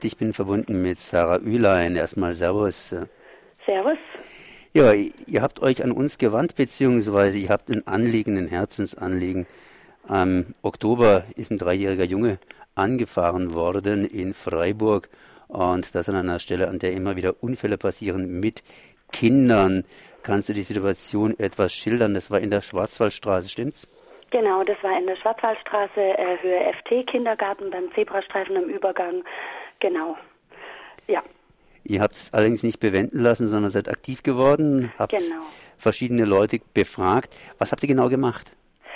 Ich bin verbunden mit Sarah Ülein. Erstmal Servus. Servus. Ja, ihr habt euch an uns gewandt, beziehungsweise ihr habt ein Anliegen, ein Herzensanliegen. Im Oktober ist ein 3-jähriger Junge angefahren worden in Freiburg und das an einer Stelle, an der immer wieder Unfälle passieren mit Kindern. Kannst du die Situation etwas schildern? Das war in der Schwarzwaldstraße, stimmt's? Genau, das war in der Schwarzwaldstraße, Höhe FT, Kindergarten beim Zebrastreifen im Übergang. Genau, ja. Ihr habt es allerdings nicht bewenden lassen, sondern seid aktiv geworden, habt verschiedene Leute befragt. Was habt ihr genau gemacht?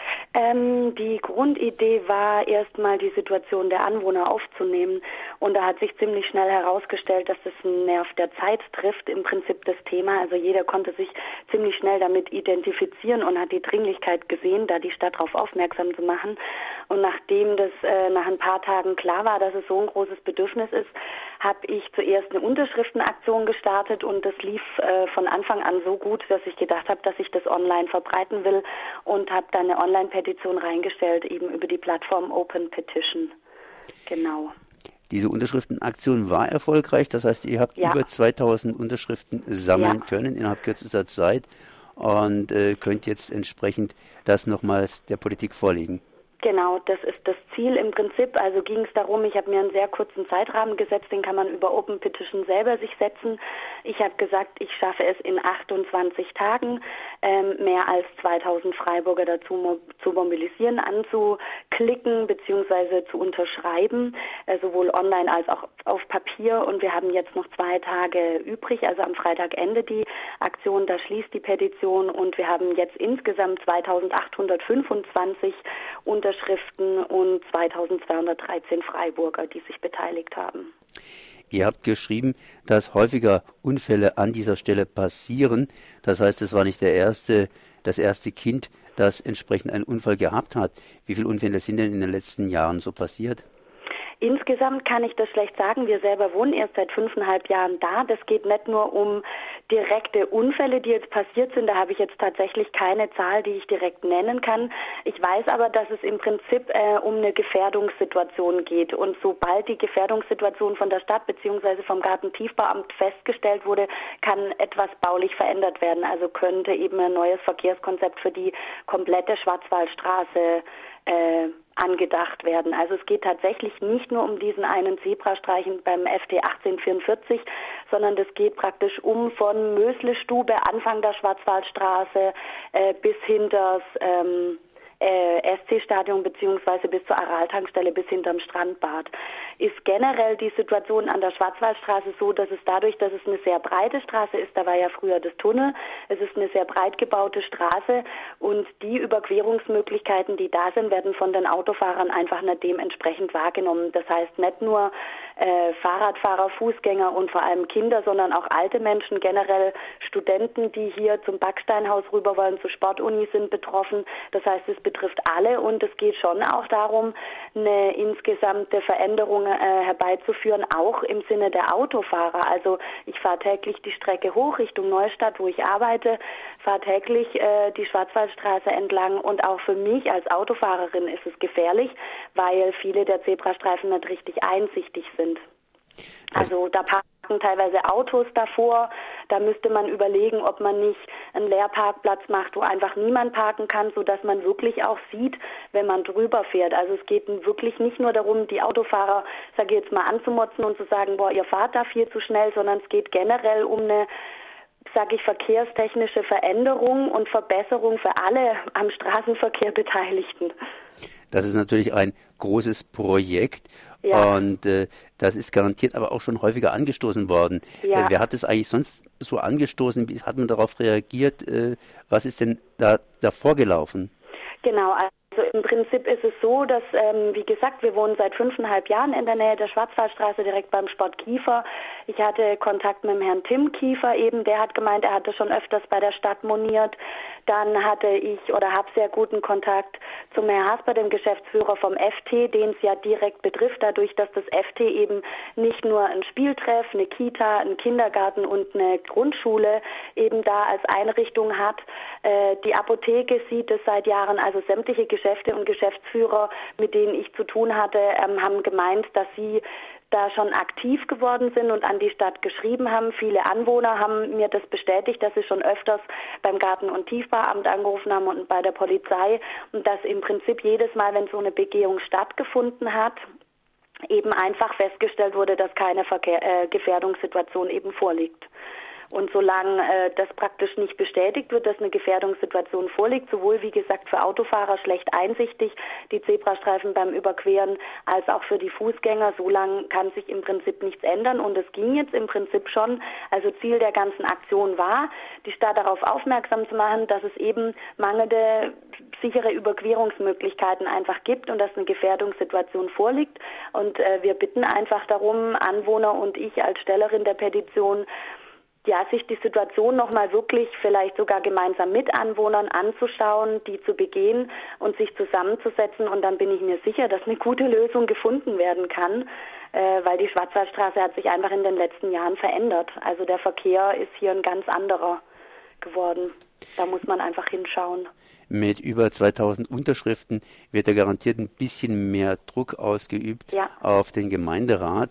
Die Grundidee war erstmal die Situation der Anwohner aufzunehmen und da hat sich ziemlich schnell herausgestellt, dass das einen Nerv der Zeit trifft, im Prinzip das Thema. Also jeder konnte sich ziemlich schnell damit identifizieren und hat die Dringlichkeit gesehen, da die Stadt darauf aufmerksam zu machen. Und nachdem das nach ein paar Tagen klar war, dass es so ein großes Bedürfnis ist, habe ich zuerst eine Unterschriftenaktion gestartet und das lief von Anfang an so gut, dass ich gedacht habe, dass ich das online verbreiten will und habe dann eine Online-Petition reingestellt, eben über die Plattform Open Petition. Genau. Diese Unterschriftenaktion war erfolgreich, das heißt, ihr habt über 2000 Unterschriften sammeln können innerhalb kürzester Zeit und könnt jetzt entsprechend das nochmals der Politik vorlegen. Genau, das ist das Ziel im Prinzip. Also ging es darum, ich habe mir einen sehr kurzen Zeitrahmen gesetzt, den kann man über Open Petition selber sich setzen. Ich habe gesagt, ich schaffe es in 28 Tagen, mehr als 2000 Freiburger dazu zu mobilisieren, anzuklicken bzw. zu unterschreiben, sowohl online als auch auf Papier. Und wir haben jetzt noch 2 Tage übrig, also am Freitag endet die Aktion, da schließt die Petition und wir haben jetzt insgesamt 2825 Unterschriften und 2213 Freiburger, die sich beteiligt haben. Ihr habt geschrieben, dass häufiger Unfälle an dieser Stelle passieren. Das heißt, es war nicht das erste Kind, das entsprechend einen Unfall gehabt hat. Wie viele Unfälle sind denn in den letzten Jahren so passiert? Insgesamt kann ich das schlecht sagen. Wir selber wohnen erst seit 5,5 Jahren da. Das geht nicht nur um direkte Unfälle, die jetzt passiert sind. Da habe ich jetzt tatsächlich keine Zahl, die ich direkt nennen kann. Ich weiß aber, dass es im Prinzip um eine Gefährdungssituation geht. Und sobald die Gefährdungssituation von der Stadt bzw. vom Gartentiefbauamt festgestellt wurde, kann etwas baulich verändert werden. Also könnte eben ein neues Verkehrskonzept für die komplette Schwarzwaldstraße angedacht werden. Also es geht tatsächlich nicht nur um diesen einen Zebrastreifen beim FT 1844, sondern das geht praktisch von Möslestube, Anfang der Schwarzwaldstraße bis hinters SC-Stadion beziehungsweise bis zur Aral-Tankstelle bis hinterm Strandbad. Ist generell die Situation an der Schwarzwaldstraße so, dass es dadurch, dass es eine sehr breite Straße ist, da war ja früher das Tunnel, es ist eine sehr breit gebaute Straße und die Überquerungsmöglichkeiten, die da sind, werden von den Autofahrern einfach nicht dementsprechend wahrgenommen. Das heißt nicht nur Fahrradfahrer, Fußgänger und vor allem Kinder, sondern auch alte Menschen, generell Studenten, die hier zum Backsteinhaus rüber wollen, zur Sportuni sind betroffen. Das heißt, es betrifft alle und es geht schon auch darum, eine insgesamte Veränderung herbeizuführen, auch im Sinne der Autofahrer. Also ich fahre täglich die Strecke hoch Richtung Neustadt, wo ich arbeite, fahre täglich die Schwarzwaldstraße entlang und auch für mich als Autofahrerin ist es gefährlich, weil viele der Zebrastreifen nicht richtig einsichtig sind. Also da parken teilweise Autos davor, da müsste man überlegen, ob man nicht einen Leerparkplatz macht, wo einfach niemand parken kann, sodass man wirklich auch sieht, wenn man drüber fährt. Also es geht wirklich nicht nur darum, die Autofahrer, sage ich jetzt mal, anzumotzen und zu sagen, boah, ihr fahrt da viel zu schnell, sondern es geht generell um eine, sage ich, verkehrstechnische Veränderung und Verbesserung für alle am Straßenverkehr Beteiligten. Das ist natürlich ein großes Projekt und das ist garantiert aber auch schon häufiger angestoßen worden. Ja. Wer hat es eigentlich sonst so angestoßen? Wie hat man darauf reagiert? Was ist denn da vorgelaufen? Genau, also im Prinzip ist es so, dass, wie gesagt, wir wohnen seit 5,5 Jahren in der Nähe der Schwarzwaldstraße, direkt beim Sport Kiefer. Ich hatte Kontakt mit dem Herrn Tim Kiefer eben, der hat gemeint, er hatte schon öfters bei der Stadt moniert. Dann hatte ich oder habe sehr guten Kontakt zum Herrn Hasper, dem Geschäftsführer vom FT, den es ja direkt betrifft, dadurch, dass das FT eben nicht nur ein Spieltreff, eine Kita, einen Kindergarten und eine Grundschule eben da als Einrichtung hat. Die Apotheke sieht es seit Jahren, also sämtliche Geschäfte und Geschäftsführer, mit denen ich zu tun hatte, haben gemeint, dass sie da schon aktiv geworden sind und an die Stadt geschrieben haben. Viele Anwohner haben mir das bestätigt, dass sie schon öfters beim Garten- und Tiefbauamt angerufen haben und bei der Polizei und dass im Prinzip jedes Mal, wenn so eine Begehung stattgefunden hat, eben einfach festgestellt wurde, dass keine Gefährdungssituation eben vorliegt. Und solange das praktisch nicht bestätigt wird, dass eine Gefährdungssituation vorliegt, sowohl wie gesagt für Autofahrer schlecht einsichtig, die Zebrastreifen beim Überqueren, als auch für die Fußgänger, solange kann sich im Prinzip nichts ändern. Und es ging jetzt im Prinzip schon, also Ziel der ganzen Aktion war, die Stadt darauf aufmerksam zu machen, dass es eben mangelnde sichere Überquerungsmöglichkeiten einfach gibt und dass eine Gefährdungssituation vorliegt. Und wir bitten einfach darum, Anwohner und ich als Stellerin der Petition, ja, sich die Situation nochmal wirklich vielleicht sogar gemeinsam mit Anwohnern anzuschauen, die zu begehen und sich zusammenzusetzen. Und dann bin ich mir sicher, dass eine gute Lösung gefunden werden kann, weil die Schwarzwaldstraße hat sich einfach in den letzten Jahren verändert. Also der Verkehr ist hier ein ganz anderer geworden. Da muss man einfach hinschauen. Mit über 2000 Unterschriften wird da garantiert ein bisschen mehr Druck ausgeübt auf den Gemeinderat.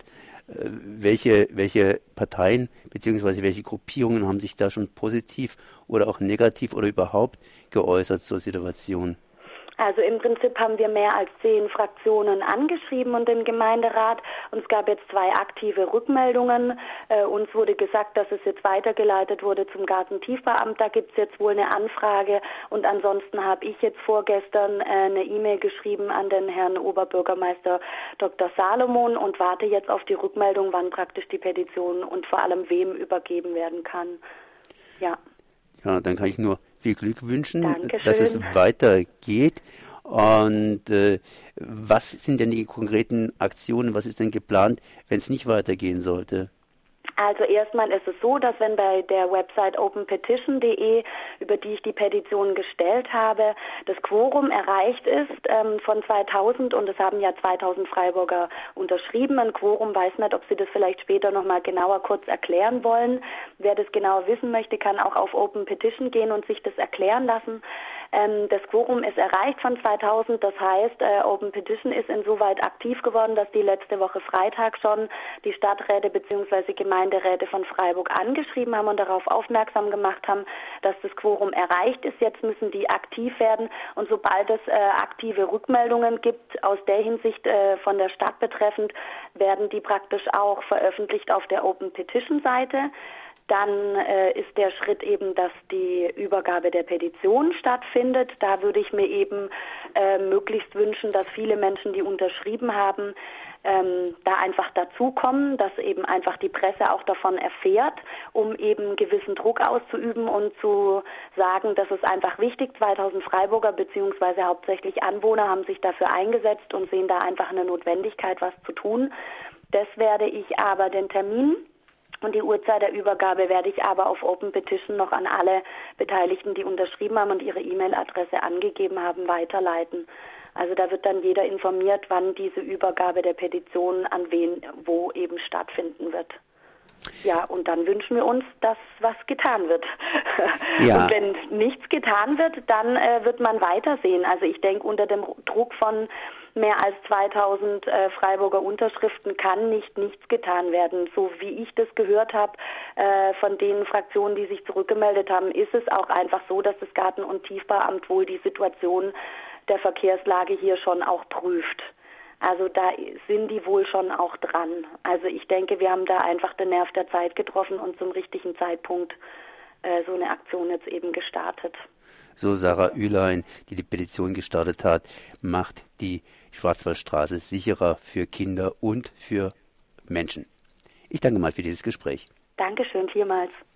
Welche Parteien bzw. welche Gruppierungen haben sich da schon positiv oder auch negativ oder überhaupt geäußert zur Situation? Also im Prinzip haben wir mehr als 10 Fraktionen angeschrieben und den Gemeinderat und es gab jetzt 2 aktive Rückmeldungen. Uns wurde gesagt, dass es jetzt weitergeleitet wurde zum Gartentiefbauamt. Da gibt es jetzt wohl eine Anfrage und ansonsten habe ich jetzt vorgestern eine E-Mail geschrieben an den Herrn Oberbürgermeister Dr. Salomon und warte jetzt auf die Rückmeldung, wann praktisch die Petition und vor allem wem übergeben werden kann. Ja. Ja, dann kann ich nur viel Glück wünschen, Dankeschön. Dass es weitergeht. Und was sind denn die konkreten Aktionen, was ist denn geplant, wenn es nicht weitergehen sollte? Also erstmal ist es so, dass wenn bei der Website openpetition.de, über die ich die Petition gestellt habe, das Quorum erreicht ist von 2000 und es haben ja 2000 Freiburger unterschrieben. Ein Quorum, weiß nicht, ob Sie das vielleicht später nochmal genauer kurz erklären wollen. Wer das genauer wissen möchte, kann auch auf Open Petition gehen und sich das erklären lassen. Das Quorum ist erreicht von 2000, das heißt, Open Petition ist insoweit aktiv geworden, dass die letzte Woche Freitag schon die Stadträte bzw. Gemeinderäte von Freiburg angeschrieben haben und darauf aufmerksam gemacht haben, dass das Quorum erreicht ist. Jetzt müssen die aktiv werden und sobald es aktive Rückmeldungen gibt, aus der Hinsicht von der Stadt betreffend, werden die praktisch auch veröffentlicht auf der Open Petition Seite. Dann ist der Schritt eben, dass die Übergabe der Petition stattfindet. Da würde ich mir eben möglichst wünschen, dass viele Menschen, die unterschrieben haben, da einfach dazukommen, dass eben einfach die Presse auch davon erfährt, um eben gewissen Druck auszuüben und zu sagen, das ist einfach wichtig. 2000 Freiburger bzw. hauptsächlich Anwohner haben sich dafür eingesetzt und sehen da einfach eine Notwendigkeit, was zu tun. Das werde ich aber den Termin und die Uhrzeit der Übergabe werde ich aber auf Open Petition noch an alle Beteiligten, die unterschrieben haben und ihre E-Mail-Adresse angegeben haben, weiterleiten. Also da wird dann jeder informiert, wann diese Übergabe der Petition an wen, wo eben stattfinden wird. Ja, und dann wünschen wir uns, dass was getan wird. Ja. Und wenn nichts getan wird, dann wird man weitersehen. Also ich denke, unter dem Druck von mehr als 2000 Freiburger Unterschriften kann nichts getan werden. So wie ich das gehört habe von den Fraktionen, die sich zurückgemeldet haben, ist es auch einfach so, dass das Garten- und Tiefbauamt wohl die Situation der Verkehrslage hier schon auch prüft. Also da sind die wohl schon auch dran. Also ich denke, wir haben da einfach den Nerv der Zeit getroffen und zum richtigen Zeitpunkt so eine Aktion jetzt eben gestartet. So Sarah Ülein, die Petition gestartet hat, macht die Schwarzwaldstraße sicherer für Kinder und für Menschen. Ich danke mal für dieses Gespräch. Dankeschön vielmals.